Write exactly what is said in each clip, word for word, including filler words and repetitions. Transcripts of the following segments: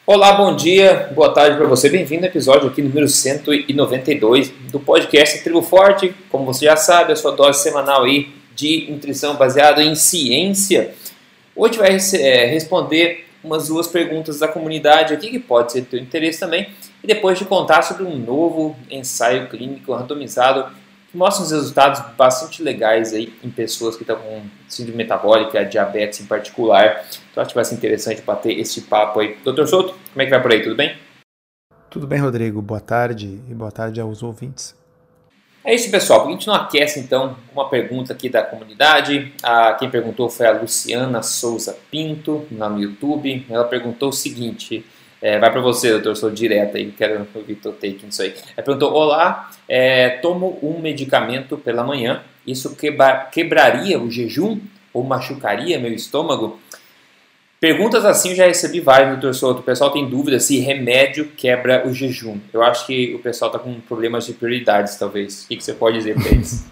Olá, bom dia, boa tarde para você. Bem-vindo ao episódio aqui número cento e noventa e dois do podcast Tribo Forte. Como você já sabe, a sua dose semanal aí de nutrição baseada em ciência. Hoje vai é, responder umas duas perguntas da comunidade aqui, que pode ser do teu interesse também, e depois de contar sobre um novo ensaio clínico randomizado que mostra uns resultados bastante legais aí em pessoas que estão com síndrome metabólica, diabetes em particular. Então acho que vai ser interessante bater esse papo aí. doutor Souto, como é que vai por aí? Tudo bem? Tudo bem, Rodrigo. Boa tarde e boa tarde aos ouvintes. É isso, pessoal. Por que a gente não aquece, então, uma pergunta aqui da comunidade? A, quem perguntou foi a Luciana Souza Pinto, lá no YouTube. Ela perguntou o seguinte, é, vai para você, doutor, sou direto aí, quero ouvir teu take nisso aí. Ela perguntou, olá, é, tomo um medicamento pela manhã, isso quebra, quebraria o jejum ou machucaria meu estômago? Perguntas assim eu já recebi várias, doutor Souto. O pessoal tem dúvida se remédio quebra o jejum. Eu acho que o pessoal está com problemas de prioridades, talvez. O que, que você pode dizer para eles?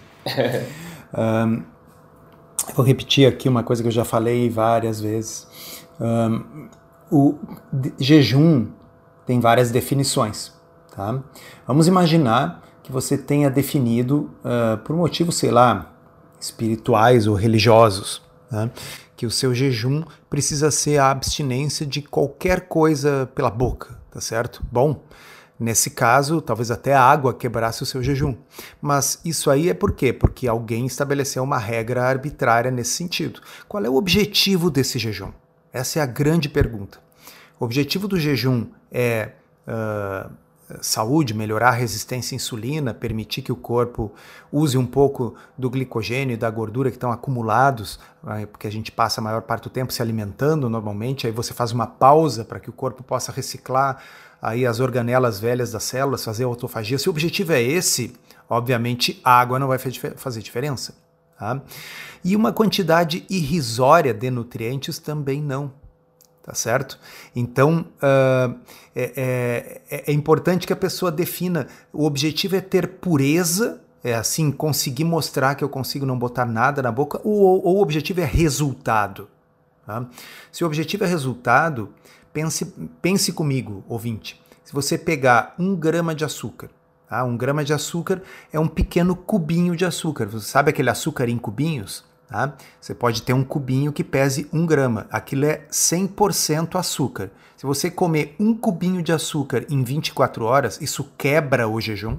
um, vou repetir aqui uma coisa que eu já falei várias vezes. Um, o de, jejum tem várias definições. Tá? Vamos imaginar que você tenha definido, uh, por motivos, sei lá, espirituais ou religiosos, tá? Que o seu jejum precisa ser a abstinência de qualquer coisa pela boca, tá certo? Bom, nesse caso, talvez até a água quebrasse o seu jejum. Mas isso aí é por quê? Porque alguém estabeleceu uma regra arbitrária nesse sentido. Qual é o objetivo desse jejum? Essa é a grande pergunta. O objetivo do jejum é uh, saúde, melhorar a resistência à insulina, permitir que o corpo use um pouco do glicogênio e da gordura que estão acumulados, porque a gente passa a maior parte do tempo se alimentando normalmente, aí você faz uma pausa para que o corpo possa reciclar aí as organelas velhas das células, fazer a autofagia. Se o objetivo é esse, obviamente a água não vai fazer diferença. Tá? E uma quantidade irrisória de nutrientes também não. Tá certo? Então, uh, é, é, é importante que a pessoa defina, o objetivo é ter pureza, é assim, conseguir mostrar que eu consigo não botar nada na boca, ou, ou o objetivo é resultado. Tá? Se o objetivo é resultado, pense, pense comigo, ouvinte, se você pegar um grama de açúcar, tá? um grama de açúcar é um pequeno cubinho de açúcar, você sabe aquele açúcar em cubinhos? Tá? Você pode ter um cubinho que pese um grama, aquilo é cem por cento açúcar. Se você comer um cubinho de açúcar em vinte e quatro horas, isso quebra o jejum?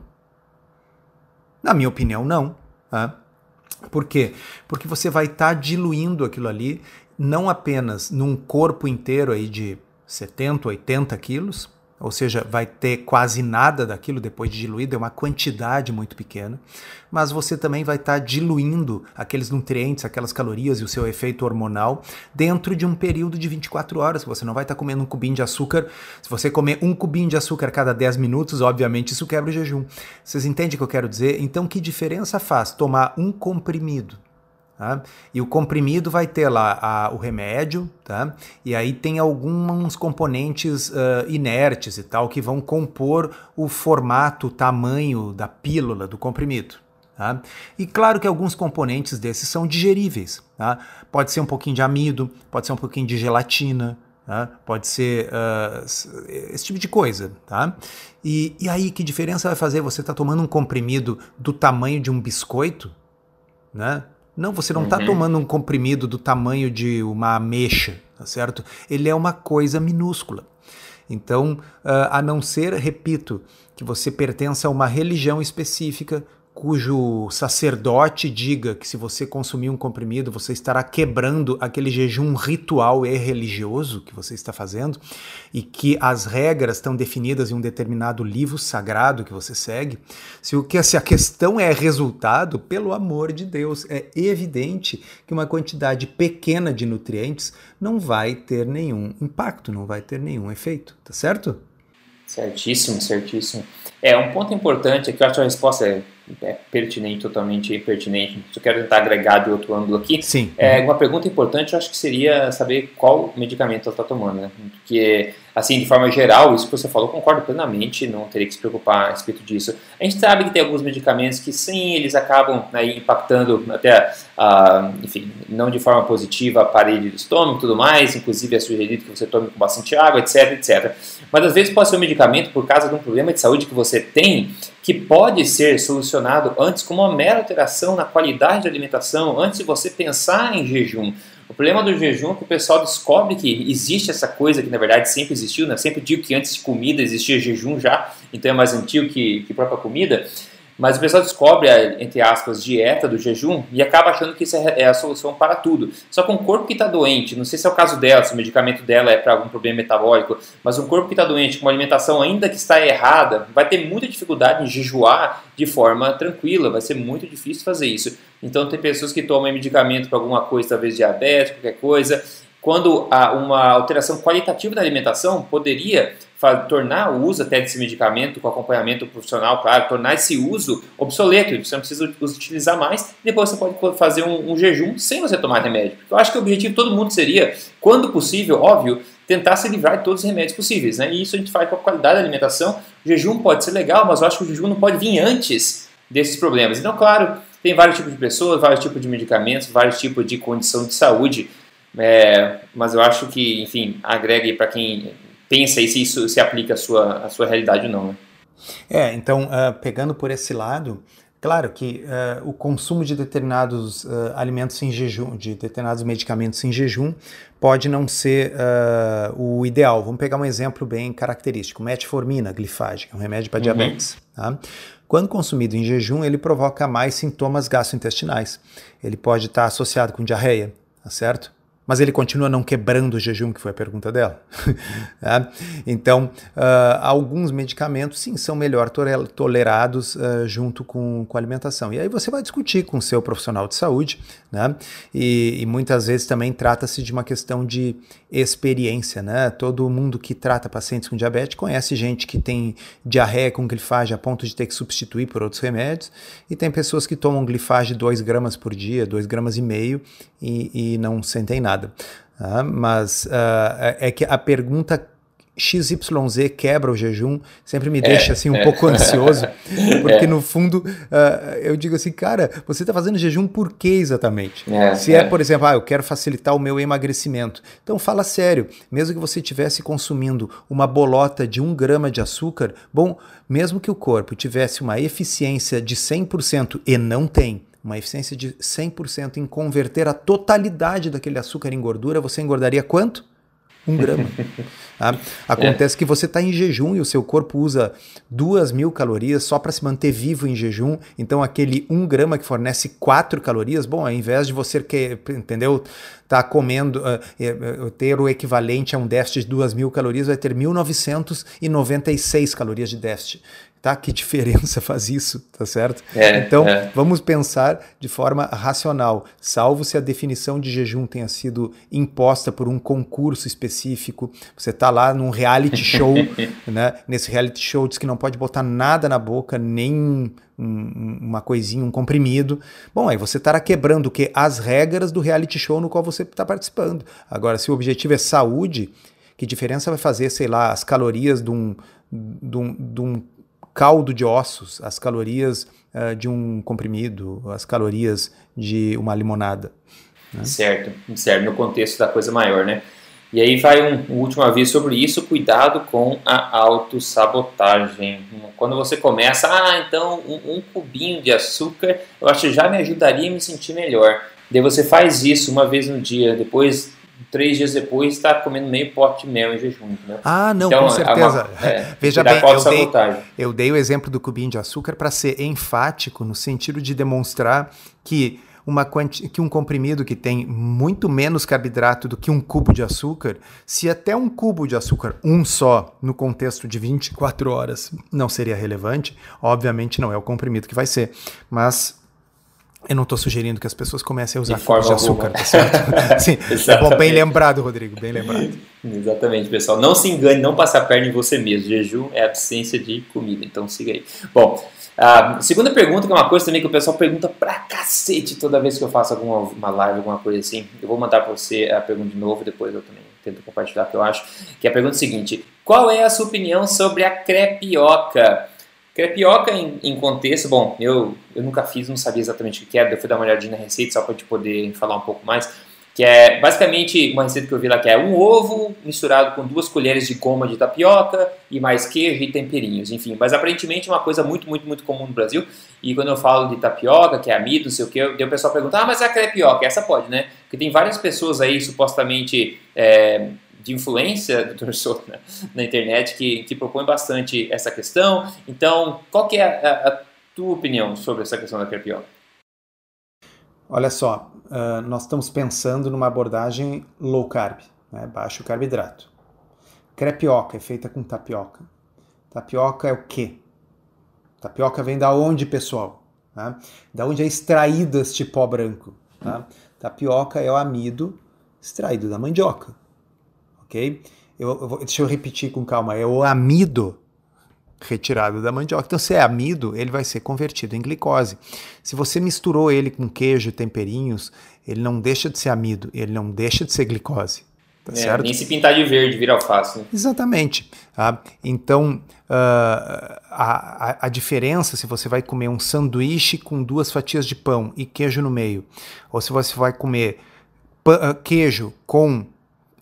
Na minha opinião, não. Tá? Por quê? Porque você vai estar tá diluindo aquilo ali, não apenas num corpo inteiro aí de setenta, oitenta quilos, ou seja, vai ter quase nada daquilo depois de diluído, é uma quantidade muito pequena, mas você também vai estar diluindo aqueles nutrientes, aquelas calorias e o seu efeito hormonal dentro de um período de vinte e quatro horas. Você não vai estar comendo um cubinho de açúcar. Se você comer um cubinho de açúcar a cada dez minutos, obviamente isso quebra o jejum. Vocês entendem o que eu quero dizer? Então, que diferença faz tomar um comprimido? Tá? E o comprimido vai ter lá a, o remédio, tá? E aí tem alguns componentes uh, inertes e tal que vão compor o formato, o tamanho da pílula do comprimido. Tá? E claro que alguns componentes desses são digeríveis. Tá? Pode ser um pouquinho de amido, pode ser um pouquinho de gelatina, tá? Pode ser uh, esse tipo de coisa. Tá? E, e aí que diferença vai fazer? Você está tomando um comprimido do tamanho de um biscoito, né? Não, você não está uhum. tomando um comprimido do tamanho de uma ameixa, tá certo? Ele é uma coisa minúscula. Então, uh, a não ser, repito, que você pertença a uma religião específica, cujo sacerdote diga que se você consumir um comprimido, você estará quebrando aquele jejum ritual e religioso que você está fazendo, e que as regras estão definidas em um determinado livro sagrado que você segue. Se, o que, se a questão é resultado, pelo amor de Deus, é evidente que uma quantidade pequena de nutrientes não vai ter nenhum impacto, não vai ter nenhum efeito, tá certo? Certíssimo, certíssimo. É, um ponto importante é que eu acho que a resposta é é pertinente, totalmente pertinente. Só quero tentar agregar de outro ângulo aqui. Sim. É, uma pergunta importante, eu acho que seria saber qual medicamento ela está tomando, né? Porque, assim, de forma geral, isso que você falou, concordo plenamente, não teria que se preocupar a respeito disso. A gente sabe que tem alguns medicamentos que, sim, eles acabam aí impactando até, ah, enfim, não de forma positiva a parede do estômago e tudo mais, inclusive é sugerido que você tome com bastante água, etc, etcétera. Mas, às vezes, pode ser um medicamento por causa de um problema de saúde que você tem, que pode ser solucionado antes com uma mera alteração na qualidade da alimentação, antes de você pensar em jejum. O problema do jejum é que o pessoal descobre que existe essa coisa que na verdade sempre existiu, né? Sempre digo que antes de comida existia jejum já, então é mais antigo que, que própria comida. Mas o pessoal descobre a, entre aspas, dieta do jejum e acaba achando que isso é a solução para tudo. Só que um corpo que está doente, não sei se é o caso dela, se o medicamento dela é para algum problema metabólico, mas um corpo que está doente, com uma alimentação ainda que está errada, vai ter muita dificuldade em jejuar de forma tranquila, vai ser muito difícil fazer isso. Então tem pessoas que tomam medicamento para alguma coisa, talvez diabetes, qualquer coisa, quando há uma alteração qualitativa da alimentação poderia tornar o uso até desse medicamento com acompanhamento profissional, claro, tornar esse uso obsoleto, você não precisa utilizar mais, depois você pode fazer um, um jejum sem você tomar remédio. Porque eu acho que o objetivo de todo mundo seria, quando possível, óbvio, tentar se livrar de todos os remédios possíveis, né? E isso a gente faz com a qualidade da alimentação. O jejum pode ser legal, mas eu acho que o jejum não pode vir antes desses problemas. Então, claro, tem vários tipos de pessoas, vários tipos de medicamentos, vários tipos de condição de saúde, é, mas eu acho que, enfim, agrega aí para quem pensa aí se isso se aplica à sua, à sua realidade ou não, né? É, então, uh, pegando por esse lado, claro que uh, o consumo de determinados uh, alimentos em jejum, de determinados medicamentos em jejum, pode não ser uh, o ideal. Vamos pegar um exemplo bem característico, metformina, glifage, é um remédio para uhum. diabetes, tá? Quando consumido em jejum, ele provoca mais sintomas gastrointestinais. Ele pode estar associado com diarreia, tá certo? Mas ele continua não quebrando o jejum, que foi a pergunta dela. é? Então, uh, alguns medicamentos, sim, são melhor tolerados uh, junto com, com a alimentação. E aí você vai discutir com o seu profissional de saúde, né? E, e muitas vezes também trata-se de uma questão de experiência, né? Todo mundo que trata pacientes com diabetes conhece gente que tem diarreia com glifage a ponto de ter que substituir por outros remédios, e tem pessoas que tomam glifage dois gramas por dia, dois gramas e meio, e, e não sentem nada. Ah, mas uh, é que a pergunta X Y Z quebra o jejum sempre me deixa é, assim um é. pouco ansioso, porque é. no fundo uh, eu digo assim, cara, você está fazendo jejum por quê exatamente? É, Se é, é, por exemplo, ah, eu quero facilitar o meu emagrecimento, então fala sério, mesmo que você estivesse consumindo uma bolota de um grama de açúcar, bom, mesmo que o corpo tivesse uma eficiência de cem por cento e não tem, uma eficiência de cem por cento em converter a totalidade daquele açúcar em gordura, você engordaria quanto? Um grama. Tá? Acontece é. que você está em jejum e o seu corpo usa duas mil calorias só para se manter vivo em jejum, então aquele um grama que fornece quatro calorias, bom, ao invés de você, que, entendeu, tá comendo, uh, ter o equivalente a um déficit de duas mil calorias, vai ter mil novecentos e noventa e seis calorias de déficit. Tá? Que diferença faz isso, tá certo? É, então, é. vamos pensar de forma racional, salvo se a definição de jejum tenha sido imposta por um concurso específico, você tá lá num reality show, né? Nesse reality show diz que não pode botar nada na boca, nem um, uma coisinha, um comprimido. Bom, aí você estará quebrando o quê? As regras do reality show no qual você está participando. Agora, se o objetivo é saúde, que diferença vai fazer, sei lá, as calorias de um, de um, de um caldo de ossos, as calorias uh, de um comprimido, as calorias de uma limonada. Né? Certo, certo, no contexto da coisa maior, né? E aí vai um, um último aviso sobre isso, cuidado com a autossabotagem. Quando você começa, ah, então um, um cubinho de açúcar, eu acho que já me ajudaria a me sentir melhor. Daí você faz isso uma vez no dia, depois... Três dias depois está comendo meio pote de mel em jejum. Né? Ah, não, então, com certeza. É uma, é, Veja bem, eu dei, eu dei o exemplo do cubinho de açúcar para ser enfático no sentido de demonstrar que, uma quanti- que um comprimido que tem muito menos carboidrato do que um cubo de açúcar, se até um cubo de açúcar, um só, no contexto de vinte e quatro horas, não seria relevante, obviamente não é o comprimido que vai ser, mas... Eu não estou sugerindo que as pessoas comecem a usar cubos de açúcar, tá certo? Sim, é bom, bem lembrado, Rodrigo, bem lembrado. Exatamente, pessoal. Não se engane, não passe a perna em você mesmo. Jejum é absência de comida, então siga aí. Bom, A segunda pergunta, que é uma coisa também que o pessoal pergunta pra cacete toda vez que eu faço alguma uma live, alguma coisa assim. Eu vou mandar pra você a pergunta de novo, depois eu também tento compartilhar o que eu acho. Que é a pergunta seguinte: qual é a sua opinião sobre a crepioca? Crepioca em, em contexto, bom, eu, eu nunca fiz, não sabia exatamente o que era, eu fui dar uma olhadinha na receita só pra gente poder falar um pouco mais. Que é basicamente uma receita que eu vi lá, que é um ovo misturado com duas colheres de goma de tapioca e mais queijo e temperinhos, enfim. Mas aparentemente é uma coisa muito, muito, muito comum no Brasil. E quando eu falo de tapioca, que é amido, não sei o que, o pessoal pergunta, ah, mas a crepioca, essa pode, né? Porque tem várias pessoas aí, supostamente, é, de influência, doutor Souto, né, na internet, que, que propõem bastante essa questão. Então, qual que é a, a, a tua opinião sobre essa questão da crepioca? Olha só, uh, nós estamos pensando numa abordagem low carb, né, baixo carboidrato. Crepioca é feita com tapioca. Tapioca é o quê? Tapioca vem da onde, pessoal? Tá? Da onde é extraído este pó branco? Tá? Tapioca é o amido extraído da mandioca, ok? Eu, eu vou, deixa eu repetir com calma, é o amido retirado da mandioca. Então, se é amido, ele vai ser convertido em glicose. Se você misturou ele com queijo e temperinhos, ele não deixa de ser amido, ele não deixa de ser glicose. Tá é, certo? Nem se pintar de verde, vira alface. Né? Exatamente. Tá? Então, uh, a, a, a diferença, se você vai comer um sanduíche com duas fatias de pão e queijo no meio, ou se você vai comer uh, queijo com uh,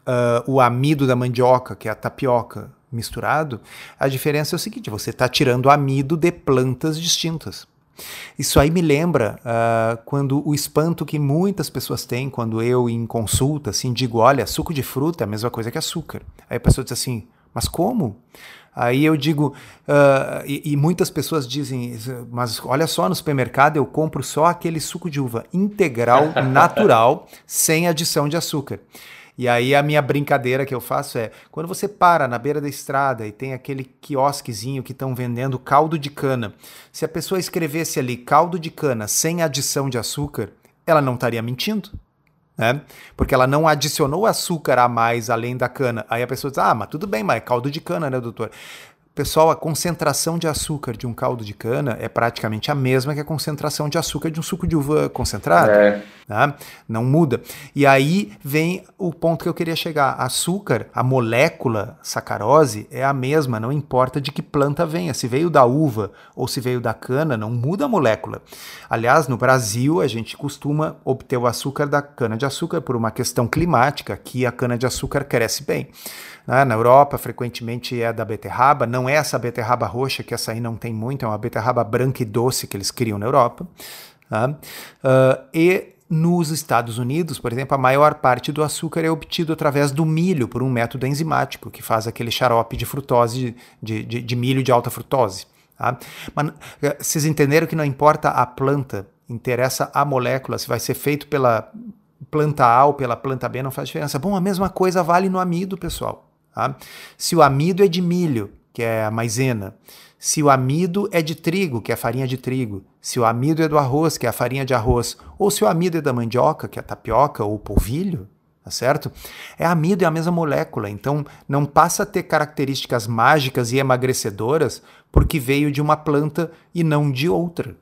o amido da mandioca, que é a tapioca, misturado, a diferença é o seguinte: você está tirando amido de plantas distintas. Isso aí me lembra uh, quando o espanto que muitas pessoas têm quando eu, em consulta, assim, digo, olha, suco de fruta é a mesma coisa que açúcar. Aí a pessoa diz assim, mas como? Aí eu digo, uh, e, e muitas pessoas dizem, mas olha só, no supermercado eu compro só aquele suco de uva integral, natural, sem adição de açúcar. E aí a minha brincadeira que eu faço é, quando você para na beira da estrada e tem aquele quiosquezinho que estão vendendo caldo de cana, se a pessoa escrevesse ali caldo de cana sem adição de açúcar, ela não estaria mentindo, né? Porque ela não adicionou açúcar a mais além da cana. Aí a pessoa diz, ah, mas tudo bem, mas é caldo de cana, né, doutor? Pessoal, a concentração de açúcar de um caldo de cana é praticamente a mesma que a concentração de açúcar de um suco de uva concentrado. É. Tá? Não muda. E aí vem o ponto que eu queria chegar. Açúcar, a molécula sacarose é a mesma, não importa de que planta venha. Se veio da uva ou se veio da cana, não muda a molécula. Aliás, no Brasil, a gente costuma obter o açúcar da cana-de-açúcar por uma questão climática, que a cana-de-açúcar cresce bem. Na Europa, frequentemente é da beterraba, não é essa beterraba roxa, que essa aí não tem muito, é uma beterraba branca e doce que eles criam na Europa. Tá? Uh, e nos Estados Unidos, por exemplo, a maior parte do açúcar é obtido através do milho, por um método enzimático, que faz aquele xarope de frutose, de, de, de milho de alta frutose. Tá? Mas vocês entenderam que não importa a planta, interessa a molécula, se vai ser feito pela planta A ou pela planta B, não faz diferença. Bom, a mesma coisa vale no amido, pessoal. Tá? Se o amido é de milho, que é a maisena, se o amido é de trigo, que é a farinha de trigo, se o amido é do arroz, que é a farinha de arroz, ou se o amido é da mandioca, que é a tapioca ou o polvilho, tá certo? É amido, é a mesma molécula, então não passa a ter características mágicas e emagrecedoras porque veio de uma planta e não de outra.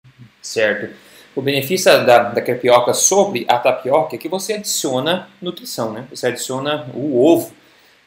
Certo. O benefício da, da crepioca sobre a tapioca é que você adiciona nutrição, né? Você adiciona o ovo.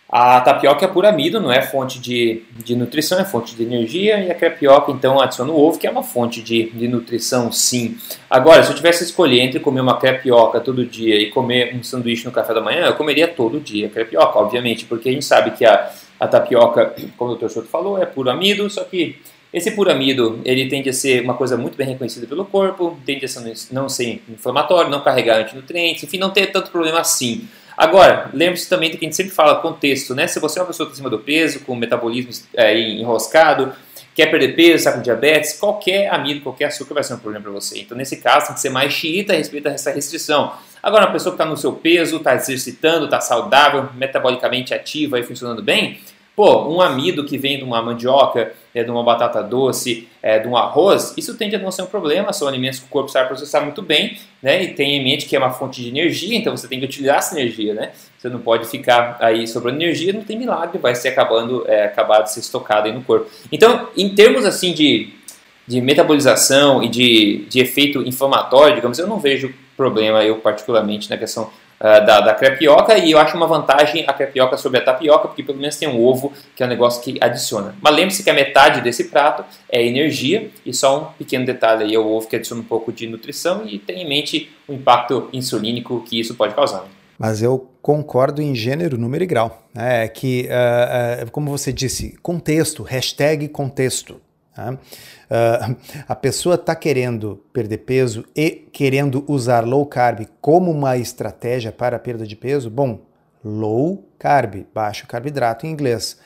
A tapioca é puro amido, não é fonte de, de nutrição, é fonte de energia, e a crepioca então adiciona o ovo, que é uma fonte de, de nutrição, sim. Agora, se eu tivesse que escolher entre comer uma crepioca todo dia e comer um sanduíche no café da manhã, eu comeria todo dia crepioca, obviamente, porque a gente sabe que a, a tapioca, como o doutor Souto falou, é puro amido, só que esse puro amido, ele tende a ser uma coisa muito bem reconhecida pelo corpo, tende a ser, não ser inflamatório, não carregar antinutrientes, enfim, não ter tanto problema assim. Agora, lembre-se também do que a gente sempre fala, contexto, né? Se você é uma pessoa que está acima do peso, com metabolismo é, enroscado, quer perder peso, está com diabetes, qualquer amido, qualquer açúcar vai ser um problema para você. Então, nesse caso, tem que ser mais xiita a respeito dessa restrição. Agora, uma pessoa que está no seu peso, está exercitando, está saudável, metabolicamente ativa e funcionando bem, pô, um amido que vem de uma mandioca, é, de uma batata doce, é, de um arroz, isso tende a não ser um problema, são alimentos que o corpo sabe processar muito bem, né, e tem em mente que é uma fonte de energia, então você tem que utilizar essa energia, né, você não pode ficar aí sobrando energia, não tem milagre, vai ser acabando, é, acabar de ser estocado aí no corpo. Então, em termos assim de, de metabolização e de, de efeito inflamatório, digamos, eu não vejo problema, eu particularmente, na questão uh, da, da crepioca, e eu acho uma vantagem a crepioca sobre a tapioca, porque pelo menos tem um ovo, que é um negócio que adiciona. Mas lembre-se que a metade desse prato é energia, e só um pequeno detalhe aí é o ovo que adiciona um pouco de nutrição, e tenha em mente o impacto insulínico que isso pode causar. Mas eu concordo em gênero, número e grau. É que, uh, uh, como você disse, contexto, hashtag contexto. Tá? Uh, a pessoa está querendo perder peso e querendo usar low carb como uma estratégia para a perda de peso. Bom, low carb, baixo carboidrato em inglês.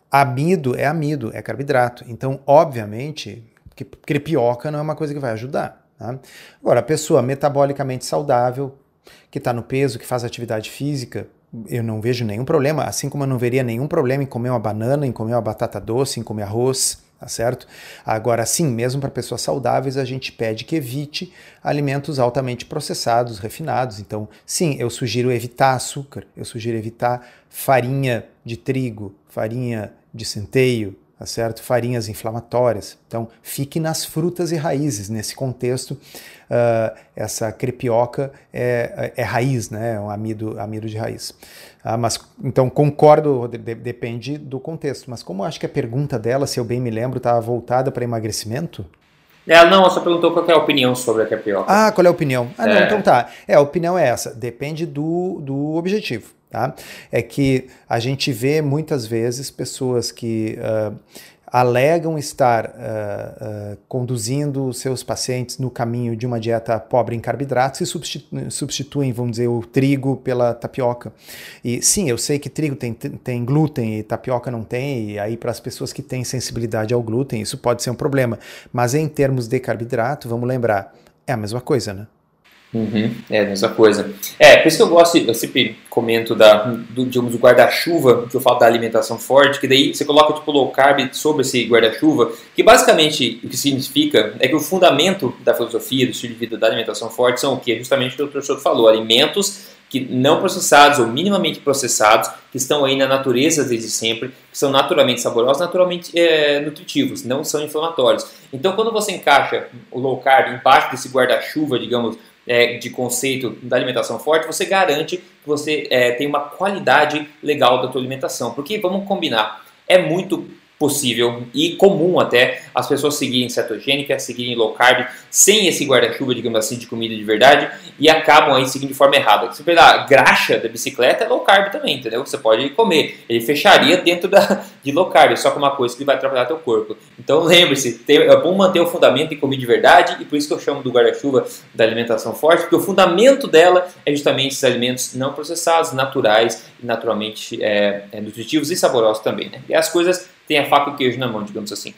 Amido é amido, é carboidrato. Então, obviamente, que crepioca não é uma coisa que vai ajudar. Tá? Agora, a pessoa metabolicamente saudável, que está no peso, que faz atividade física, eu não vejo nenhum problema, assim como eu não veria nenhum problema em comer uma banana, em comer uma batata doce, em comer arroz, tá certo? Agora sim, mesmo para pessoas saudáveis, a gente pede que evite alimentos altamente processados, refinados. Então, sim, eu sugiro evitar açúcar, eu sugiro evitar farinha de trigo, farinha de centeio, tá certo? Farinhas inflamatórias. Então, fique nas frutas e raízes. Nesse contexto, uh, essa crepioca é, é raiz, né? É um amido, amido de raiz. Ah, mas, então, concordo, de, depende do contexto. Mas como eu acho que a pergunta dela, se eu bem me lembro, estava voltada para emagrecimento? Ela não, ela só perguntou qual é a opinião sobre a crepioca. Ah, qual é a opinião? Ah, é. não, então tá. É, a opinião é essa. Depende do, do objetivo. Tá? É que a gente vê muitas vezes pessoas que uh, alegam estar uh, uh, conduzindo seus pacientes no caminho de uma dieta pobre em carboidratos e substitu- substituem, vamos dizer, o trigo pela tapioca. E sim, eu sei que trigo tem, tem glúten e tapioca não tem, e aí para as pessoas que têm sensibilidade ao glúten isso pode ser um problema. Mas em termos de carboidrato, vamos lembrar, é a mesma coisa, né? Uhum, é a mesma coisa. É, por isso que eu gosto, eu sempre comento da, do, digamos, do guarda-chuva, que eu falo da alimentação forte, que daí você coloca tipo low carb sobre esse guarda-chuva, que basicamente o que significa é que o fundamento da filosofia, do estilo de vida da alimentação forte são o que? Justamente o que o doutor Souto falou, alimentos que não processados ou minimamente processados, que estão aí na natureza desde sempre, que são naturalmente saborosos, naturalmente é, nutritivos, não são inflamatórios. Então quando você encaixa o low carb embaixo desse guarda-chuva, digamos, É, de conceito da alimentação forte, você garante que você é, tem uma qualidade legal da tua alimentação. Porque, vamos combinar, é muito possível e comum até as pessoas seguirem cetogênica, seguirem low carb, sem esse guarda-chuva, digamos assim, de comida de verdade, e acabam aí seguindo de forma errada. Se você pegar a graxa da bicicleta, é low carb também, entendeu? Você pode comer. Ele fecharia dentro da, de low carb, só que uma coisa que vai atrapalhar teu corpo. Então lembre-se, é bom manter o fundamento em comida de verdade, e por isso que eu chamo do guarda-chuva da alimentação forte, porque o fundamento dela é justamente esses alimentos não processados, naturais, e naturalmente é, é, nutritivos e saborosos também, né? E as coisas tem a faca e o queijo na mão, digamos assim.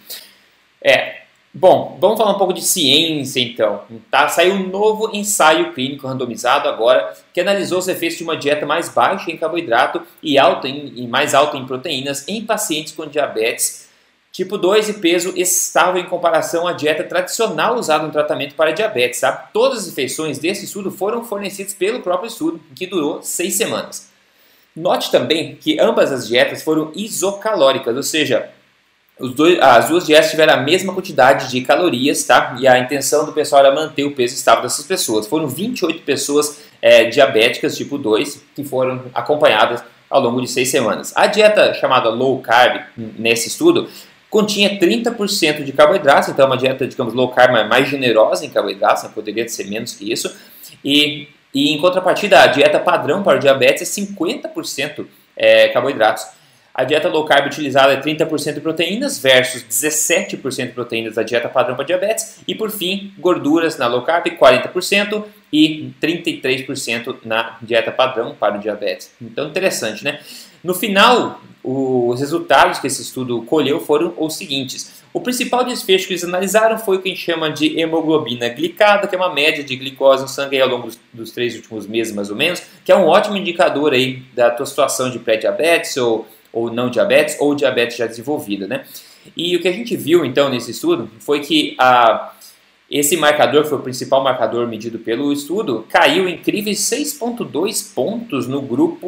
É, bom, vamos falar um pouco de ciência então. Tá? Saiu um novo ensaio clínico randomizado agora que analisou os efeitos de uma dieta mais baixa em carboidrato e, alta em, e mais alta em proteínas em pacientes com diabetes tipo dois e peso estável em comparação à dieta tradicional usada no tratamento para diabetes. Tá? Todas as refeições desse estudo foram fornecidas pelo próprio estudo, que durou seis semanas. Note também que ambas as dietas foram isocalóricas, ou seja, os dois, as duas dietas tiveram a mesma quantidade de calorias, tá? E a intenção do pessoal era manter o peso estável dessas pessoas. Foram vinte e oito pessoas é, diabéticas tipo dois que foram acompanhadas ao longo de seis semanas. A dieta chamada low carb, nesse estudo, continha trinta por cento de carboidratos, então é uma dieta, digamos, low carb mais generosa em carboidratos, né? Poderia ser menos que isso, e E em contrapartida, a dieta padrão para o diabetes é cinquenta por cento é, carboidratos. A dieta low carb utilizada é trinta por cento de proteínas versus dezessete por cento de proteínas da dieta padrão para diabetes. E por fim, gorduras na low carb quarenta por cento e trinta e três por cento na dieta padrão para o diabetes. Então interessante, né? No final, os resultados que esse estudo colheu foram os seguintes. O principal desfecho que eles analisaram foi o que a gente chama de hemoglobina glicada, que é uma média de glicose no sangue ao longo dos, dos três últimos meses, mais ou menos, que é um ótimo indicador aí da tua situação de pré-diabetes ou, ou não diabetes, ou diabetes já desenvolvida, né? E o que a gente viu, então, nesse estudo foi que a, esse marcador, que foi o principal marcador medido pelo estudo, caiu incríveis seis vírgula dois pontos no grupo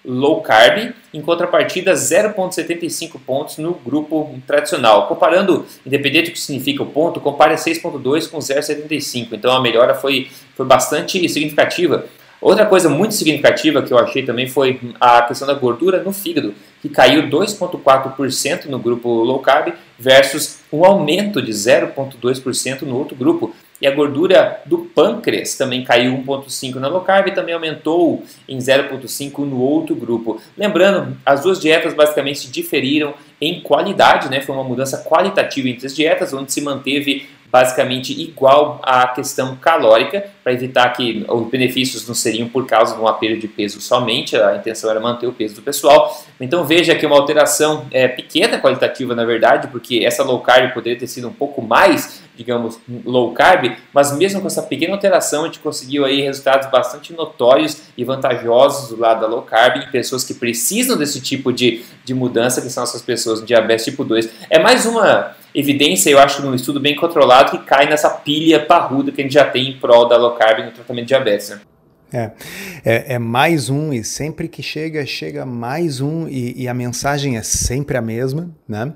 low carb, em contrapartida zero vírgula setenta e cinco pontos no grupo tradicional. Comparando, independente do que significa o ponto, compare seis vírgula dois com zero vírgula setenta e cinco, então a melhora foi, foi bastante significativa. Outra coisa muito significativa que eu achei também foi a questão da gordura no fígado, que caiu dois vírgula quatro por cento no grupo low carb versus um aumento de zero vírgula dois por cento no outro grupo. E a gordura do pâncreas também caiu um vírgula cinco por cento na low carb e também aumentou em zero vírgula cinco por cento no outro grupo. Lembrando, as duas dietas basicamente diferiram em qualidade, né? Foi uma mudança qualitativa entre as dietas, onde se manteve basicamente igual à questão calórica, para evitar que os benefícios não seriam por causa de uma perda de peso somente, a intenção era manter o peso do pessoal. Então veja que uma alteração é, pequena qualitativa, na verdade, porque essa low carb poderia ter sido um pouco mais, digamos, low carb, mas mesmo com essa pequena alteração a gente conseguiu aí resultados bastante notórios e vantajosos do lado da low carb em pessoas que precisam desse tipo de, de mudança, que são essas pessoas com diabetes tipo dois. É mais uma evidência, eu acho, num estudo bem controlado, que cai nessa pilha parruda que a gente já tem em prol da low carb no tratamento de diabetes, né? É, é, é mais um, e sempre que chega, chega mais um, e, e a mensagem é sempre a mesma, né?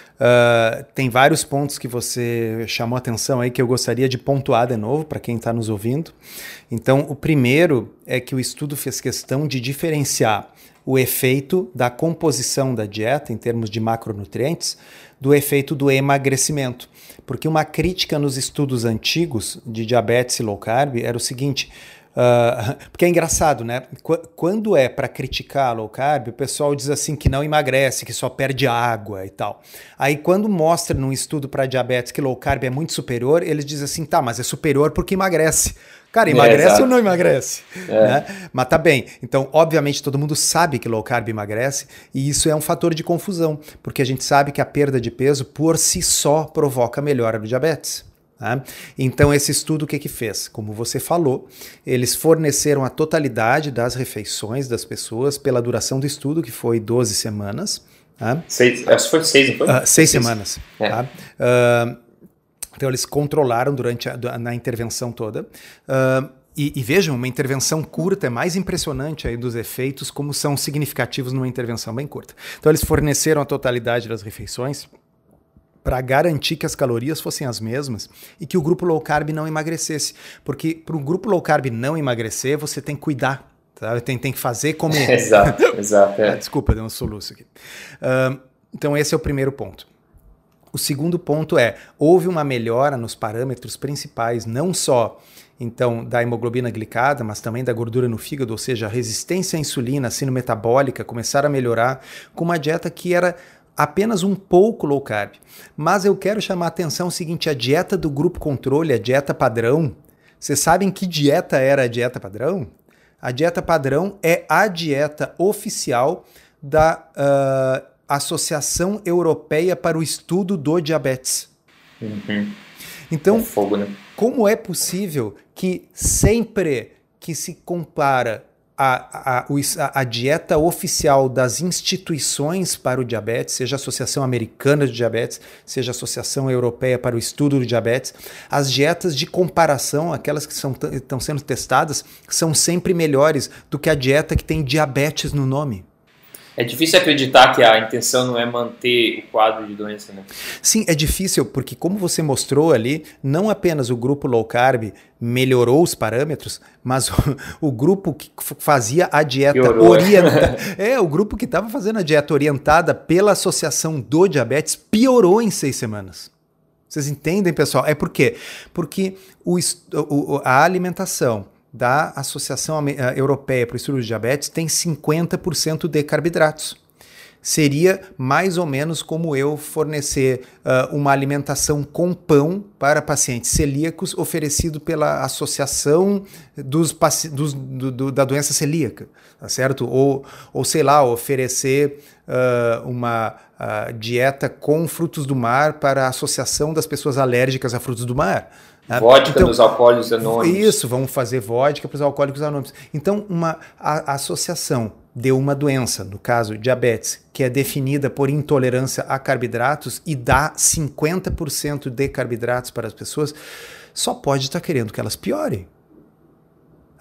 Uh, tem vários pontos que você chamou atenção aí que eu gostaria de pontuar de novo para quem está nos ouvindo. Então, o primeiro é que o estudo fez questão de diferenciar o efeito da composição da dieta em termos de macronutrientes do efeito do emagrecimento. Porque uma crítica nos estudos antigos de diabetes e low carb era o seguinte, uh, porque é engraçado, né? Qu- quando é para criticar a low carb, o pessoal diz assim que não emagrece, que só perde água e tal. Aí quando mostra num estudo para diabetes que low carb é muito superior, eles dizem assim, tá, mas é superior porque emagrece. Cara, emagrece é, ou não emagrece? É. Né? Mas tá bem. Então, obviamente, todo mundo sabe que low carb emagrece e isso é um fator de confusão, porque a gente sabe que a perda de peso por si só provoca melhora do diabetes. Né? Então, esse estudo o que que fez? Como você falou, eles forneceram a totalidade das refeições das pessoas pela duração do estudo, que foi doze semanas. Né? Seis, acho que foi seis, não foi? Uh, seis, seis semanas. É. Tá? Uh, Então, eles controlaram durante a na intervenção toda. Uh, e, e vejam, uma intervenção curta é mais impressionante aí dos efeitos, como são significativos numa intervenção bem curta. Então, eles forneceram a totalidade das refeições para garantir que as calorias fossem as mesmas e que o grupo low carb não emagrecesse. Porque para o grupo low carb não emagrecer, você tem que cuidar. Tá? Tem, tem que fazer como... exato, exato. É. Ah, desculpa, deu um soluço aqui. Uh, então, esse é o primeiro ponto. O segundo ponto é, houve uma melhora nos parâmetros principais, não só então da hemoglobina glicada, mas também da gordura no fígado, ou seja, a resistência à insulina, a síndrome metabólica, começaram a melhorar com uma dieta que era apenas um pouco low carb. Mas eu quero chamar a atenção o seguinte, a dieta do grupo controle, a dieta padrão, vocês sabem que dieta era a dieta padrão? A dieta padrão é a dieta oficial da... Uh, Associação Europeia para o Estudo do Diabetes. Uhum. Então, é fogo, né? Como é possível que sempre que se compara a, a, a, a dieta oficial das instituições para o diabetes, seja a Associação Americana de Diabetes, seja a Associação Europeia para o Estudo do Diabetes, as dietas de comparação, aquelas que são, estão sendo testadas, são sempre melhores do que a dieta que tem diabetes no nome. É difícil acreditar que a intenção não é manter o quadro de doença, né? Sim, é difícil, porque como você mostrou ali, não apenas o grupo low carb melhorou os parâmetros, mas o, o grupo que fazia a dieta orientada... é, o grupo que estava fazendo a dieta orientada pela Associação do Diabetes piorou em seis semanas. Vocês entendem, pessoal? É por quê? Porque o, o, a alimentação da Associação Europeia para o Estudo de Diabetes tem cinquenta por cento de carboidratos. Seria mais ou menos como eu fornecer uh, uma alimentação com pão para pacientes celíacos oferecido pela Associação dos, dos, do, do, da Doença Celíaca, tá certo? Ou, ou sei lá, oferecer uh, uma uh, dieta com frutos do mar para a Associação das Pessoas Alérgicas a Frutos do Mar. Vodka então, dos alcoólicos anônimos. Isso, vamos fazer vodka para os alcoólicos anônimos. Então, uma, a, a associação de uma doença, no caso diabetes, que é definida por intolerância a carboidratos e dá cinquenta por cento de carboidratos para as pessoas, só pode estar querendo que elas piorem.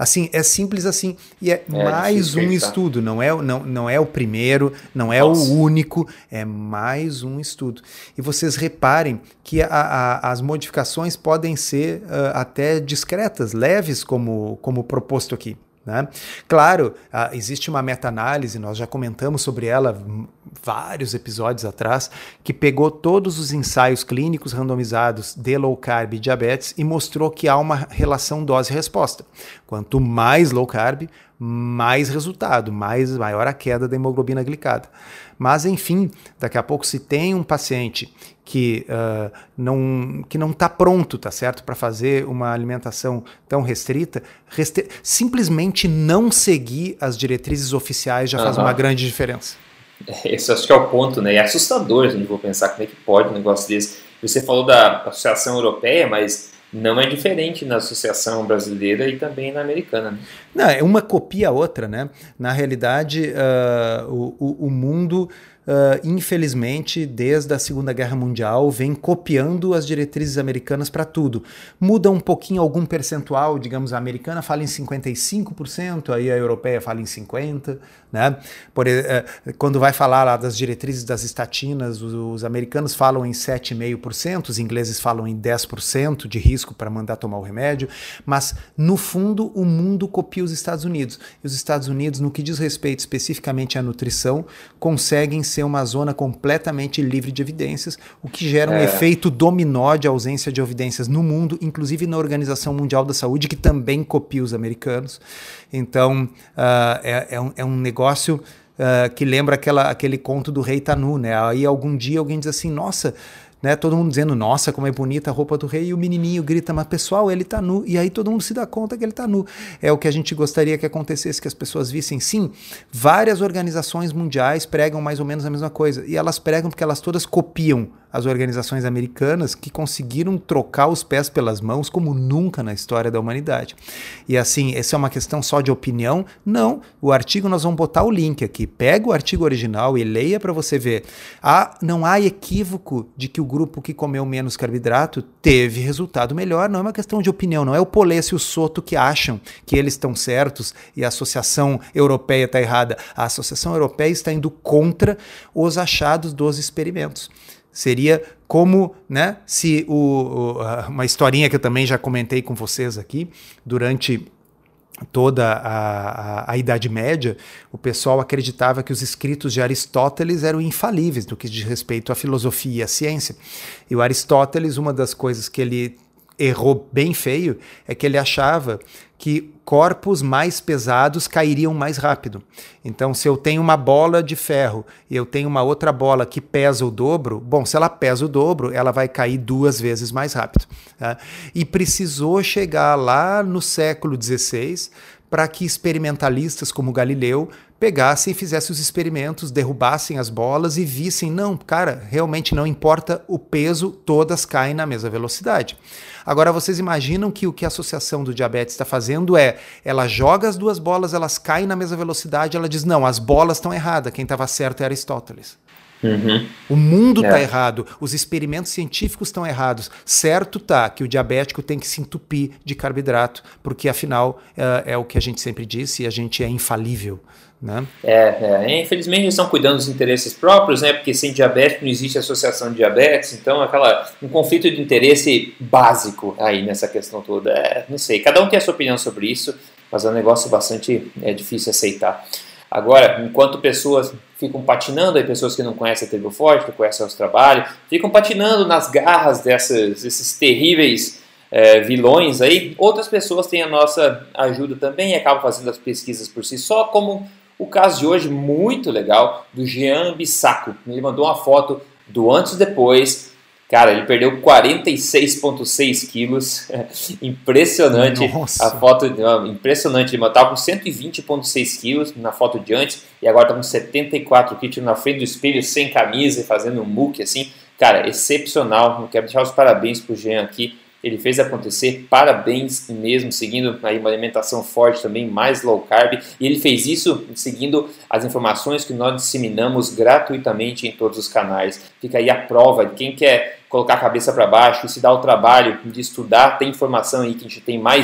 Assim, é simples assim. E é, É mais um acreditar. estudo, não é, não, não é o primeiro, não é Nossa. o único, é mais um estudo. E vocês reparem que a, a, as modificações podem ser uh, até discretas, leves, como, como proposto aqui. Né? Claro, uh, existe uma meta-análise, nós já comentamos sobre ela vários episódios atrás, que pegou todos os ensaios clínicos randomizados de low carb e diabetes e mostrou que há uma relação dose-resposta. Quanto mais low carb, mais resultado, mais maior a queda da hemoglobina glicada. Mas, enfim, daqui a pouco se tem um paciente que uh, não que não está pronto, tá certo, para fazer uma alimentação tão restrita, restri- simplesmente não seguir as diretrizes oficiais já faz Aham. uma grande diferença. Esse acho que é o ponto, né? É assustador, se a gente for pensar como é que pode um negócio desse. Você falou da Associação Europeia, mas não é diferente na Associação Brasileira e também na Americana, né? Não, é uma copia a outra, né? Na realidade, uh, o, o, o mundo, uh, infelizmente, desde a Segunda Guerra Mundial, vem copiando as diretrizes americanas para tudo. Muda um pouquinho algum percentual, digamos, a americana fala em cinquenta e cinco por cento, aí a europeia fala em cinquenta por cento, né? Por, uh, quando vai falar lá das diretrizes das estatinas, os, os americanos falam em sete vírgula cinco por cento, os ingleses falam em dez por cento de risco para mandar tomar o remédio, mas, no fundo, o mundo copia os Estados Unidos. E os Estados Unidos, no que diz respeito especificamente à nutrição, conseguem ser uma zona completamente livre de evidências, o que gera um É. efeito dominó de ausência de evidências no mundo, inclusive na Organização Mundial da Saúde, que também copia os americanos. Então, uh, é, é, um, é um negócio uh, que lembra aquela, aquele conto do rei Tanu, né? Aí algum dia alguém diz assim, nossa... Né, todo mundo dizendo, nossa, como é bonita a roupa do rei, e o menininho grita, mas pessoal, ele tá nu, e aí todo mundo se dá conta que ele tá nu. É o que a gente gostaria que acontecesse, que as pessoas vissem. Sim, várias organizações mundiais pregam mais ou menos a mesma coisa, e elas pregam porque elas todas copiam as organizações americanas que conseguiram trocar os pés pelas mãos como nunca na história da humanidade. E assim, essa é uma questão só de opinião? Não, o artigo nós vamos botar o link aqui, pega o artigo original e leia para você ver. Ah, não há equívoco de que o grupo que comeu menos carboidrato teve resultado melhor, não é uma questão de opinião, não é o Polesse e o Soto que acham que eles estão certos e a Associação Europeia está errada. A Associação Europeia está indo contra os achados dos experimentos. Seria como, né, se o, o, uma historinha que eu também já comentei com vocês aqui, durante toda a, a, a Idade Média, o pessoal acreditava que os escritos de Aristóteles eram infalíveis no que diz respeito à filosofia e à ciência. E o Aristóteles, uma das coisas que ele errou bem feio, é que ele achava que corpos mais pesados cairiam mais rápido. Então, se eu tenho uma bola de ferro e eu tenho uma outra bola que pesa o dobro, bom, se ela pesa o dobro, ela vai cair duas vezes mais rápido. Tá? E precisou chegar lá no século dezesseis para que experimentalistas como Galileu pegassem e fizessem os experimentos, derrubassem as bolas e vissem, não, cara, realmente não importa o peso, todas caem na mesma velocidade. Agora, vocês imaginam que o que a Associação do Diabetes está fazendo é, ela joga as duas bolas, elas caem na mesma velocidade, ela diz, não, as bolas estão erradas, quem estava certo é Aristóteles. Uhum. O mundo está é. errado, os experimentos científicos estão errados. Certo tá que o diabético tem que se entupir de carboidrato, porque afinal é, é o que a gente sempre disse e a gente é infalível. Né? É, é, infelizmente eles estão cuidando dos interesses próprios, né? Porque sem diabetes não existe associação de diabetes, então aquela, um conflito de interesse básico aí nessa questão toda. É, não sei, cada um tem a sua opinião sobre isso, mas é um negócio bastante é, difícil aceitar. Agora, enquanto pessoas ficam patinando, aí pessoas que não conhecem a T V Forte, que conhecem o nosso trabalho, ficam patinando nas garras dessas, desses terríveis é, vilões aí, outras pessoas têm a nossa ajuda também e acabam fazendo as pesquisas por si só, como o caso de hoje, muito legal, do Jean Bissaco. Ele mandou uma foto do antes e depois. Cara, ele perdeu quarenta e seis vírgula seis quilos. Impressionante. Nossa. A foto, impressionante. Ele estava com cento e vinte vírgula seis quilos na foto de antes e agora está com setenta e quatro quilos na frente do espelho, sem camisa e fazendo um muque assim. Cara, excepcional. Não quero deixar os parabéns pro Jean aqui. Ele fez acontecer, parabéns mesmo, seguindo aí uma alimentação forte também, mais low carb, e ele fez isso seguindo as informações que nós disseminamos gratuitamente em todos os canais. Fica aí a prova de quem quer colocar a cabeça para baixo e se dá o trabalho de estudar, tem informação aí que a gente tem mais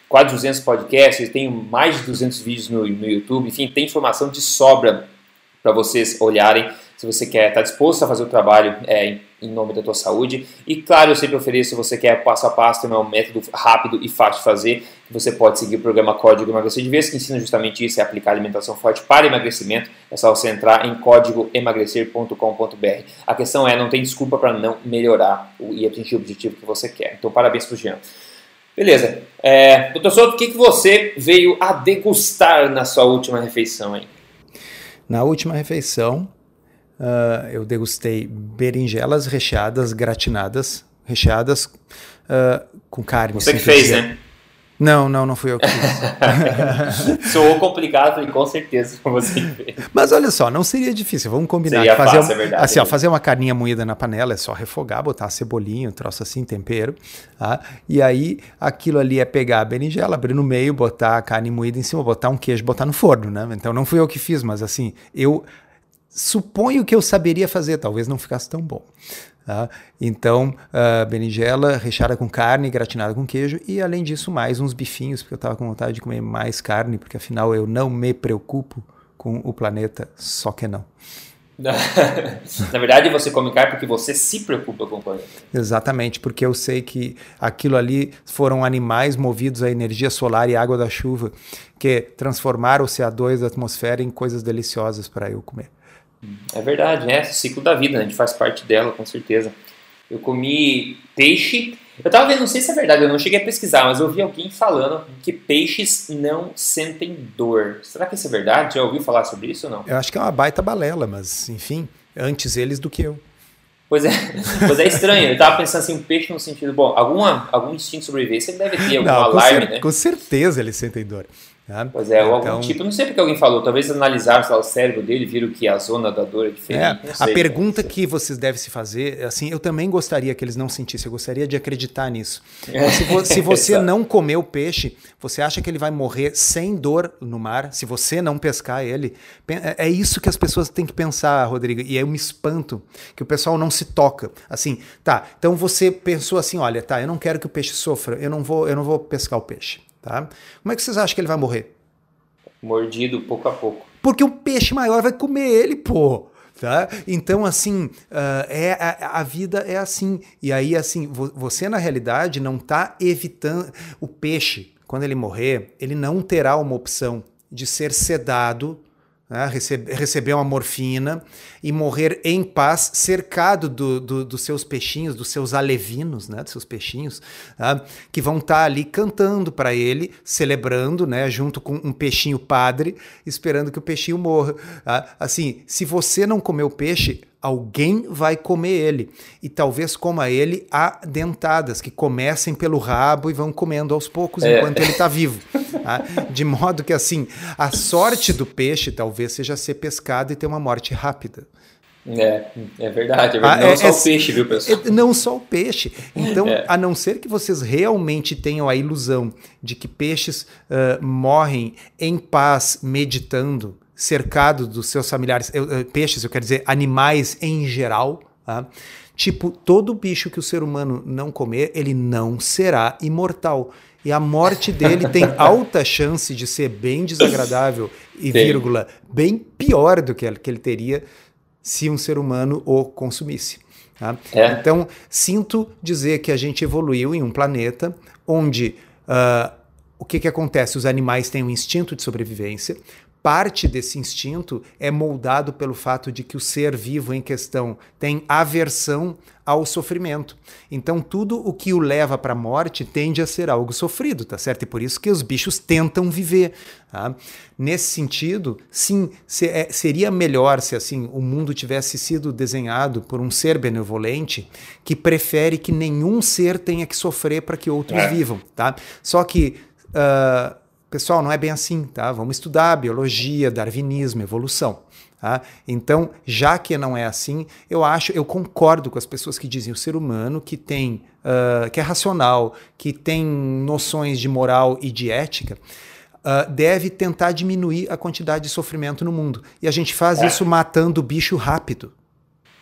quase duzentos podcasts, tem mais de duzentos vídeos no, no YouTube, enfim, tem informação de sobra para vocês olharem, se você quer estar disposto a fazer o trabalho é, em, em nome da tua saúde. E claro, eu sempre ofereço, se você quer passo a passo, também é um método rápido e fácil de fazer, você pode seguir o programa Código Emagrecer de Vez, que ensina justamente isso, é aplicar alimentação forte para emagrecimento. É só você entrar em código emagrecer ponto com ponto b r. A questão é, não tem desculpa para não melhorar e atingir o objetivo que você quer. Então, parabéns para o Jean. Beleza. É, doutor Souto, o que, que você veio a degustar na sua última refeição aí? Na última refeição, uh, eu degustei berinjelas recheadas, gratinadas, recheadas uh, com carne. Você que fez, né? Não, não, não fui eu que fiz. Soou complicado e com certeza foi você que fez. Mas olha só, não seria difícil, vamos combinar. Seria fazer fácil, um, é verdade. assim, é. ó, fazer uma carninha moída na panela, é só refogar, botar cebolinha, um troço assim, tempero. Tá? E aí, aquilo ali é pegar a berinjela, abrir no meio, botar a carne moída em cima, botar um queijo, botar no forno, né? Então não fui eu que fiz, mas assim, eu suponho que eu saberia fazer, talvez não ficasse tão bom. Tá? Então, uh, berinjela recheada com carne, gratinada com queijo e, além disso, mais uns bifinhos, porque eu estava com vontade de comer mais carne, porque afinal eu não me preocupo com o planeta, só que não. Na verdade, você come carne porque você se preocupa com o planeta. Exatamente, porque eu sei que aquilo ali foram animais movidos à energia solar e água da chuva que transformaram o C O dois da atmosfera em coisas deliciosas para eu comer. É verdade, né? Ciclo da vida, né? A gente faz parte dela, com certeza. Eu comi peixe. Eu tava vendo, não sei se é verdade, eu não cheguei a pesquisar, mas eu ouvi alguém falando que peixes não sentem dor. Será que isso é verdade? Já ouviu falar sobre isso ou não? Eu acho que é uma baita balela, mas enfim, antes eles do que eu. Pois é, pois é estranho. Eu tava pensando assim, um peixe no sentido, bom, alguma, algum instinto de sobrevivência ele deve ter, algum não, alarme, cer- né? Com certeza eles sentem dor. Tá? Pois é, ou então, algum tipo, não sei porque alguém falou, talvez analisaram sei lá, o cérebro dele, viram que a zona da dor é diferente. É, não sei, a pergunta né? que vocês devem se fazer, assim, eu também gostaria que eles não sentissem, eu gostaria de acreditar nisso. Mas se, vo- se você não comer o peixe, você acha que ele vai morrer sem dor no mar? Se você não pescar ele? É isso que as pessoas têm que pensar, Rodrigo, e eu me espanto que o pessoal não se toca. Assim, tá, então você pensou assim, olha, tá, eu não quero que o peixe sofra, eu não vou, eu não vou pescar o peixe, tá? Como é que vocês acham que ele vai morrer? Mordido pouco a pouco. Porque o peixe maior vai comer ele, pô. Tá? Então, assim, uh, é, a, a vida é assim. E aí, assim, vo, você, na realidade, não está evitando... O peixe, quando ele morrer, ele não terá uma opção de ser sedado, né? Recebe, receber uma morfina e morrer em paz, cercado do, do, dos seus peixinhos, dos seus alevinos, né? Dos seus peixinhos, tá? Que vão estar tá ali cantando para ele, celebrando, né? Junto com um peixinho padre, esperando que o peixinho morra. Tá? Assim, se você não comer o peixe, alguém vai comer ele. E talvez coma ele a dentadas, que comecem pelo rabo e vão comendo aos poucos é. enquanto ele está vivo. Tá? De modo que, assim, a sorte do peixe talvez seja ser pescado e ter uma morte rápida. É, é verdade. É verdade. Ah, não é, só é, o peixe, viu, pessoal? É, não só o peixe. Então, é. a não ser que vocês realmente tenham a ilusão de que peixes uh, morrem em paz, meditando, cercado dos seus familiares, eu, eu, peixes, eu quero dizer, animais em geral, tá? Tipo, todo bicho que o ser humano não comer, ele não será imortal. E a morte dele tem alta chance de ser bem desagradável e, Sim. vírgula, bem pior do que ele teria se um ser humano o consumisse. Tá? É. Então, sinto dizer que a gente evoluiu em um planeta onde uh, o que, que acontece? Os animais têm um instinto de sobrevivência. Parte desse instinto é moldado pelo fato de que o ser vivo em questão tem aversão ao sofrimento. Então, tudo o que o leva para a morte tende a ser algo sofrido, tá certo? E por isso que os bichos tentam viver. Tá? Nesse sentido, sim, se, é, seria melhor se assim o mundo tivesse sido desenhado por um ser benevolente que prefere que nenhum ser tenha que sofrer para que outros é. vivam. Tá? Só que... Uh, Pessoal, não é bem assim, tá? Vamos estudar biologia, darwinismo, evolução. Tá? Então, já que não é assim, eu acho, eu concordo com as pessoas que dizem o ser humano que tem, uh, que é racional, que tem noções de moral e de ética, uh, deve tentar diminuir a quantidade de sofrimento no mundo. E a gente faz é. isso matando o bicho rápido.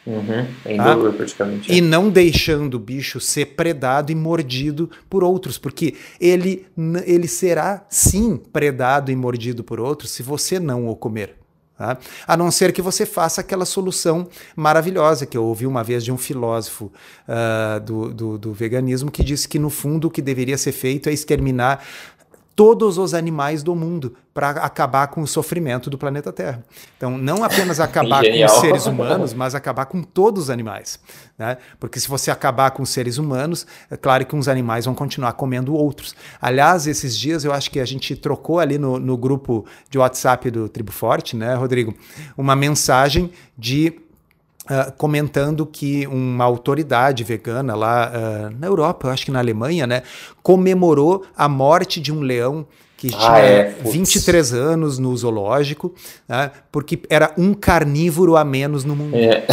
Uhum, em tá? dobro praticamente. E não deixando o bicho ser predado e mordido por outros, porque ele, ele será sim predado e mordido por outros se você não o comer. Tá? A não ser que você faça aquela solução maravilhosa que eu ouvi uma vez de um filósofo uh, do, do, do veganismo que disse que no fundo o que deveria ser feito é exterminar todos os animais do mundo para acabar com o sofrimento do planeta Terra. Então, não apenas acabar com os seres humanos, mas acabar com todos os animais. Né? Porque se você acabar com os seres humanos, é claro que uns animais vão continuar comendo outros. Aliás, esses dias eu acho que a gente trocou ali no, no grupo de WhatsApp do Tribo Forte, né, Rodrigo, uma mensagem de Uh, comentando que uma autoridade vegana lá uh, na Europa, eu acho que na Alemanha, né, comemorou a morte de um leão que ah, tinha é? vinte e três anos no zoológico, né, porque era um carnívoro a menos no mundo. É.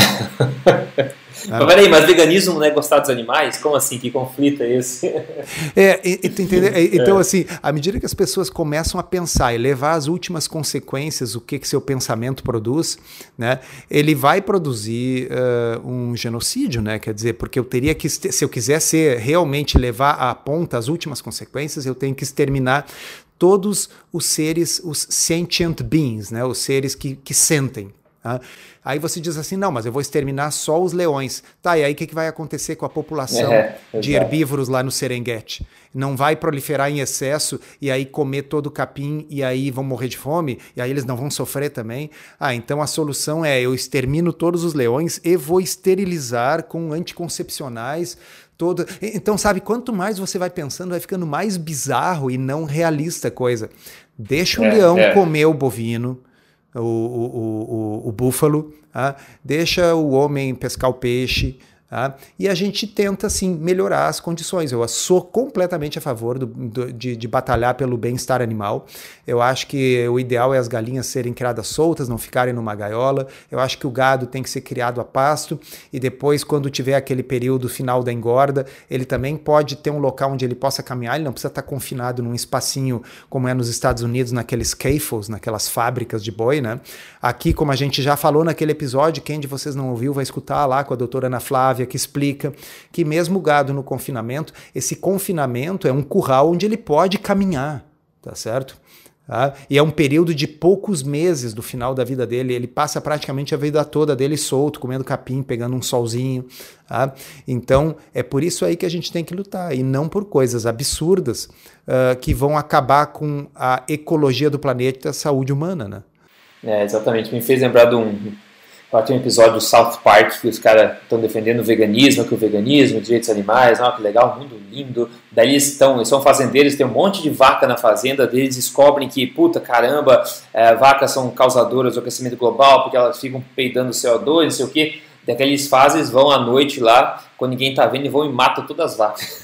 Mas peraí, mas veganismo não é gostar dos animais? Como assim? Que conflito é esse? É, e, e, então é. assim, à medida que as pessoas começam a pensar e levar as últimas consequências, o que, que seu pensamento produz, né, ele vai produzir uh, um genocídio, né? Quer dizer, porque eu teria que, se eu quisesse realmente levar à ponta as últimas consequências, eu tenho que exterminar todos os seres, os sentient beings, né, os seres que, que sentem. Tá? Aí você diz assim, não, mas eu vou exterminar só os leões. Tá, e aí o que, que vai acontecer com a população é, de herbívoros lá no Serengeti? Não vai proliferar em excesso e aí comer todo o capim e aí vão morrer de fome? E aí eles não vão sofrer também? Ah, então a solução é eu extermino todos os leões e vou esterilizar com anticoncepcionais todo. Então, sabe, quanto mais você vai pensando, vai ficando mais bizarro e não realista a coisa. Deixa o é, leão é. comer o bovino, O, o, o, o búfalo, tá? Deixa o homem pescar o peixe, tá? E a gente tenta assim melhorar as condições. Eu sou completamente a favor do, do, de, de batalhar pelo bem-estar animal. Eu acho que o ideal é as galinhas serem criadas soltas, não ficarem numa gaiola. Eu acho que o gado tem que ser criado a pasto e depois, quando tiver aquele período final da engorda, ele também pode ter um local onde ele possa caminhar. Ele não precisa estar confinado num espacinho como é nos Estados Unidos, naqueles scaffolds, naquelas fábricas de boi, né? Aqui, como a gente já falou naquele episódio, quem de vocês não ouviu vai escutar lá com a doutora Ana Flávia, que explica que mesmo o gado no confinamento, esse confinamento é um curral onde ele pode caminhar, tá certo? Tá? E é um período de poucos meses do final da vida dele, ele passa praticamente a vida toda dele solto, comendo capim, pegando um solzinho. Tá? Então, é por isso aí que a gente tem que lutar, e não por coisas absurdas uh, que vão acabar com a ecologia do planeta e a saúde humana, né? É, exatamente, me fez lembrar de um... Tem um episódio do South Park que os caras estão defendendo o veganismo, que o veganismo, os direitos animais, ah, que legal, mundo lindo. Daí eles, estão, eles são fazendeiros, tem um monte de vaca na fazenda, eles descobrem que, puta caramba, é, vacas são causadoras do aquecimento global, porque elas ficam peidando C O dois, não sei o quê. Daí que eles fazem, eles vão à noite lá, quando ninguém tá vendo, e vão e matam todas as vacas.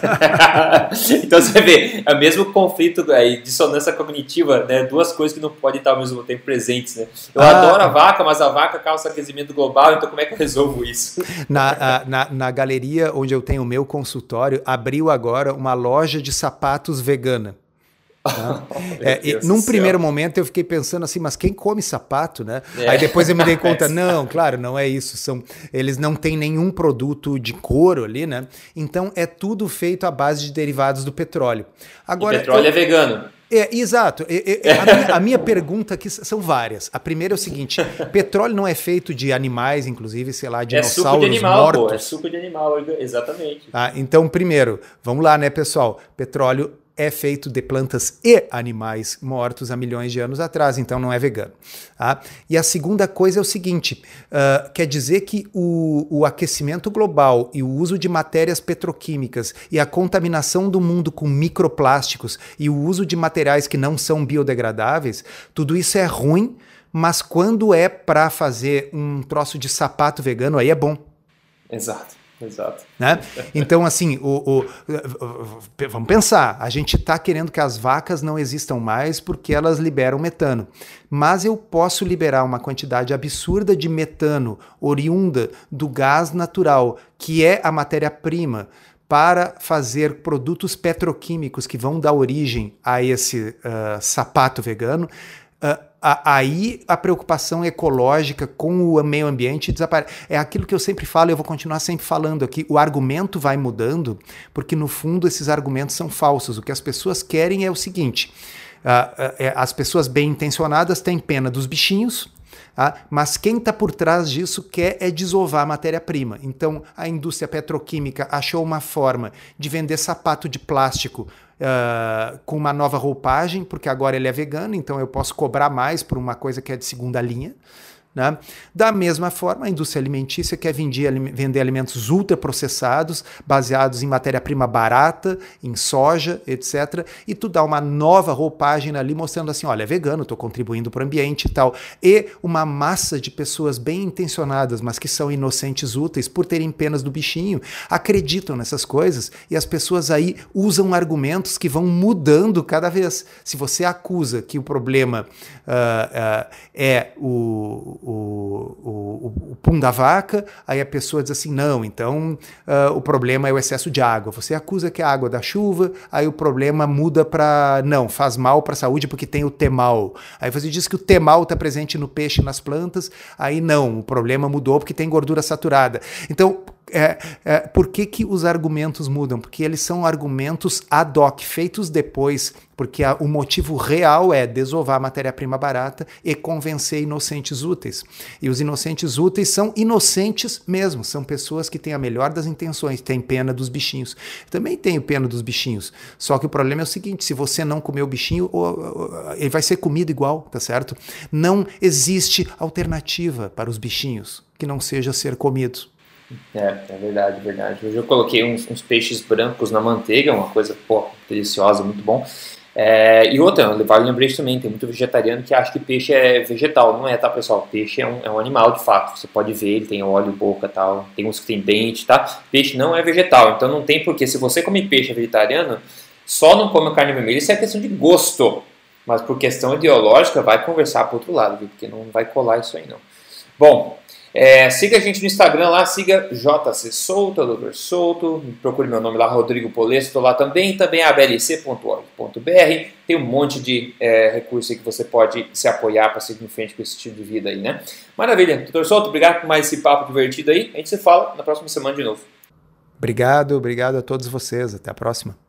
Então você vê, é o mesmo conflito, é, dissonância cognitiva, né? Duas coisas que não podem estar ao mesmo tempo presentes, né? Eu ah, adoro a vaca, mas a vaca causa aquecimento global, então como é que eu resolvo isso? Na, na, na galeria onde eu tenho o meu consultório, abriu agora uma loja de sapatos vegana. Tá? É, e, num primeiro momento eu fiquei pensando assim, mas quem come sapato, né? É. Aí depois eu me dei conta, não, claro, não é isso, são, eles não têm nenhum produto de couro ali, né? Então é tudo feito à base de derivados do petróleo. Agora, e petróleo eu, é vegano. É, exato. É, é, a, minha, a minha pergunta aqui são várias. A primeira é o seguinte, petróleo não é feito de animais, inclusive, sei lá, dinossauros mortos? É suco de animal, mortos. Pô, é suco de animal, exatamente. Ah, então, primeiro, vamos lá, né, pessoal? Petróleo é feito de plantas e animais mortos há milhões de anos atrás, então não é vegano. Tá? E a segunda coisa é o seguinte, uh, quer dizer que o, o aquecimento global e o uso de matérias petroquímicas e a contaminação do mundo com microplásticos e o uso de materiais que não são biodegradáveis, tudo isso é ruim, mas quando é para fazer um troço de sapato vegano, aí é bom. Exato. Exato. Né? Então, assim, o, o, vamos pensar, a gente está querendo que as vacas não existam mais porque elas liberam metano. Mas eu posso liberar uma quantidade absurda de metano oriunda do gás natural, que é a matéria-prima, para fazer produtos petroquímicos que vão dar origem a esse uh, sapato vegano. Uh, a, aí a preocupação ecológica com o meio ambiente desaparece. É aquilo que eu sempre falo e eu vou continuar sempre falando aqui. O argumento vai mudando porque, no fundo, esses argumentos são falsos. O que as pessoas querem é o seguinte: uh, uh, as pessoas bem intencionadas têm pena dos bichinhos, ah, mas quem está por trás disso quer é desovar a matéria-prima. Então, a indústria petroquímica achou uma forma de vender sapato de plástico uh, com uma nova roupagem, porque agora ele é vegano, então eu posso cobrar mais por uma coisa que é de segunda linha. Né? Da mesma forma, a indústria alimentícia quer vender, vender alimentos ultraprocessados, baseados em matéria-prima barata, em soja, etcétera. E tu dá uma nova roupagem ali mostrando assim, olha, é vegano, estou contribuindo para o ambiente e tal. E uma massa de pessoas bem intencionadas, mas que são inocentes úteis, por terem penas do bichinho, acreditam nessas coisas e as pessoas aí usam argumentos que vão mudando cada vez. Se você acusa que o problema uh, uh, é o O, o, o pum da vaca, aí a pessoa diz assim, não, então uh, o problema é o excesso de água. Você acusa que é a água da chuva, aí o problema muda para, não, faz mal para a saúde porque tem o temal. Aí você diz que o temal está presente no peixe e nas plantas, aí não, o problema mudou porque tem gordura saturada. Então, É, é, por que, que os argumentos mudam? Porque eles são argumentos ad hoc, feitos depois, porque a, o motivo real é desovar a matéria-prima barata e convencer inocentes úteis. E os inocentes úteis são inocentes mesmo, são pessoas que têm a melhor das intenções, têm pena dos bichinhos. Eu também tenho pena dos bichinhos, só que o problema é o seguinte, se você não comer o bichinho, ele vai ser comido igual, tá certo? Não existe alternativa para os bichinhos que não seja ser comidos. É, é verdade, verdade. Hoje eu coloquei uns, uns peixes brancos na manteiga, uma coisa, pô, deliciosa, muito bom. É, e outra, vale lembrar isso também, tem muito vegetariano que acha que peixe é vegetal. Não é, tá, pessoal? Peixe é um, é um animal, de fato. Você pode ver, ele tem olho, boca e tal. Tem uns que tem dente, tá? Peixe não é vegetal, então não tem porquê. Se você come peixe vegetariano, só não come carne vermelha. Isso é questão de gosto. Mas por questão ideológica, vai conversar pro outro lado, viu? Porque não vai colar isso aí, não. Bom... É, siga a gente no Instagram lá, siga J C Souto, doutor Souto, procure meu nome lá, Rodrigo Polesso, estou lá também, também a b l c ponto org ponto b r, tem um monte de é, recursos aí que você pode se apoiar para seguir em frente com esse estilo de vida aí, né? Maravilha, doutor Souto, obrigado por mais esse papo divertido aí, a gente se fala na próxima semana de novo. Obrigado, obrigado a todos vocês, até a próxima.